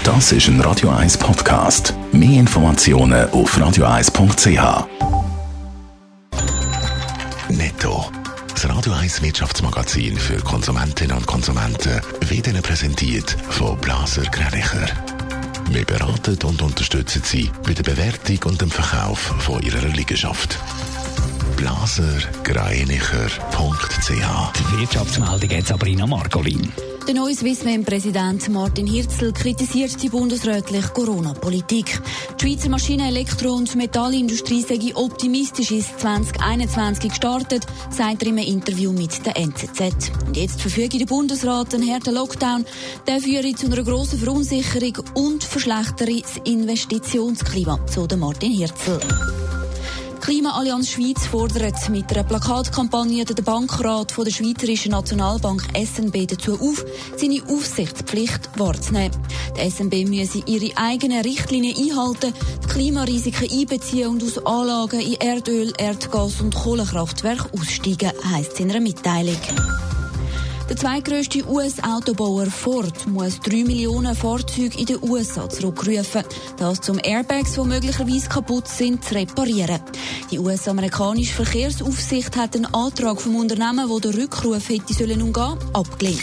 Das ist ein Radio 1 Podcast. Mehr Informationen auf radio1.ch. Netto. Das Radio 1 Wirtschaftsmagazin für Konsumentinnen und Konsumenten wird Ihnen präsentiert von Blaser Greinicher. Wir beraten und unterstützen Sie bei der Bewertung und dem Verkauf von Ihrer Liegenschaft. blasergreinicher.ch. Die Wirtschaftsmeldung jetzt Sabrina Margolin. Der neue Swissmem-Präsident Martin Hirzel kritisiert die bundesrätliche Corona-Politik. Die Schweizer Maschinen-, Elektro- und Metallindustrie sei optimistisch ins 2021 gestartet, sagt er in einem Interview mit der NZZ. Und jetzt verfüge der Bundesrat einen harten Lockdown. Der führe zu einer grossen Verunsicherung und verschlechtere das Investitionsklima, so der Martin Hirzel. Die Klimaallianz Schweiz fordert mit einer Plakatkampagne den Bankrat von der Schweizerischen Nationalbank SNB dazu auf, seine Aufsichtspflicht wahrzunehmen. Die SNB müsse ihre eigenen Richtlinien einhalten, die Klimarisiken einbeziehen und aus Anlagen in Erdöl, Erdgas und Kohlekraftwerke aussteigen, heisst es in einer Mitteilung. Der zweitgrösste US-Autobauer Ford muss 3 Millionen Fahrzeuge in den USA zurückrufen. Das um Airbags, die möglicherweise kaputt sind, zu reparieren. Die US-amerikanische Verkehrsaufsicht hat einen Antrag vom Unternehmen, der den Rückruf hätte umgehen sollen, abgelehnt.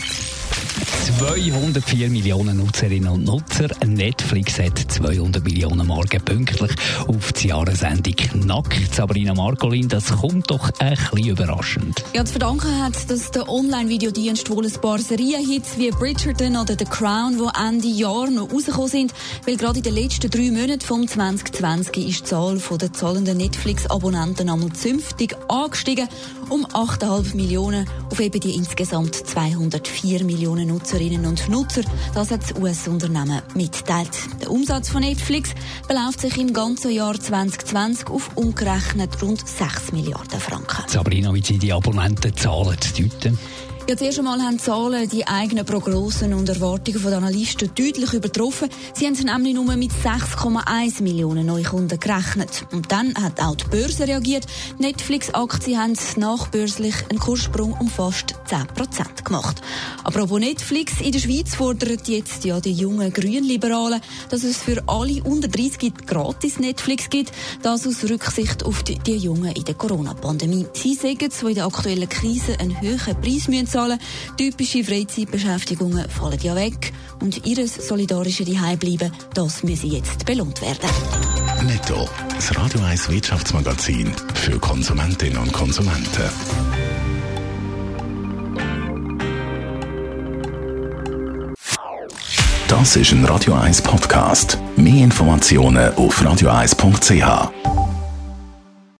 204 Millionen Nutzerinnen und Nutzer. Netflix hat 200 Millionen Marken pünktlich auf das Jahresende knackt. Sabrina Margolin, das kommt doch ein bisschen überraschend. Ja, zu verdanken hat, dass der Online-Videodienst wohl ein paar Serienhits wie Bridgerton oder The Crown, die Ende Jahr noch rausgekommen sind, weil gerade in den letzten 3 Monaten vom 2020 ist die Zahl der zahlenden Netflix-Abonnenten einmal zünftig angestiegen, um 8,5 Millionen auf eben die insgesamt 204 Millionen Nutzerinnen und Nutzer. Das hat das US-Unternehmen mitteilt. Der Umsatz von Netflix beläuft sich im ganzen Jahr 2020 auf umgerechnet rund 6 Milliarden Franken. Sabrina, wie Sie die Abonnentenzahlen deuten? Ja, zuerst einmal haben die Zahlen die eigenen Prognosen und Erwartungen der Analysten deutlich übertroffen. Sie haben nämlich nur mit 6,1 Millionen Neukunden gerechnet. Und dann hat auch die Börse reagiert. Netflix-Aktien haben nachbörslich einen Kurssprung um fast 10% gemacht. Apropos Netflix, in der Schweiz fordern jetzt ja die jungen Grünliberalen, dass es für alle unter 30 gratis Netflix gibt. Das aus Rücksicht auf die Jungen in der Corona-Pandemie. Sie sagen, die in der aktuellen Krise einen höheren Preis müssen zahlen. Typische Freizeitbeschäftigungen fallen ja weg. Und ihres solidarische Zuhause-bleiben, das müsse jetzt belohnt werden. Netto. Das Radio 1 Wirtschaftsmagazin für Konsumentinnen und Konsumenten. Das ist ein Radio 1 Podcast. Mehr Informationen auf radio1.ch.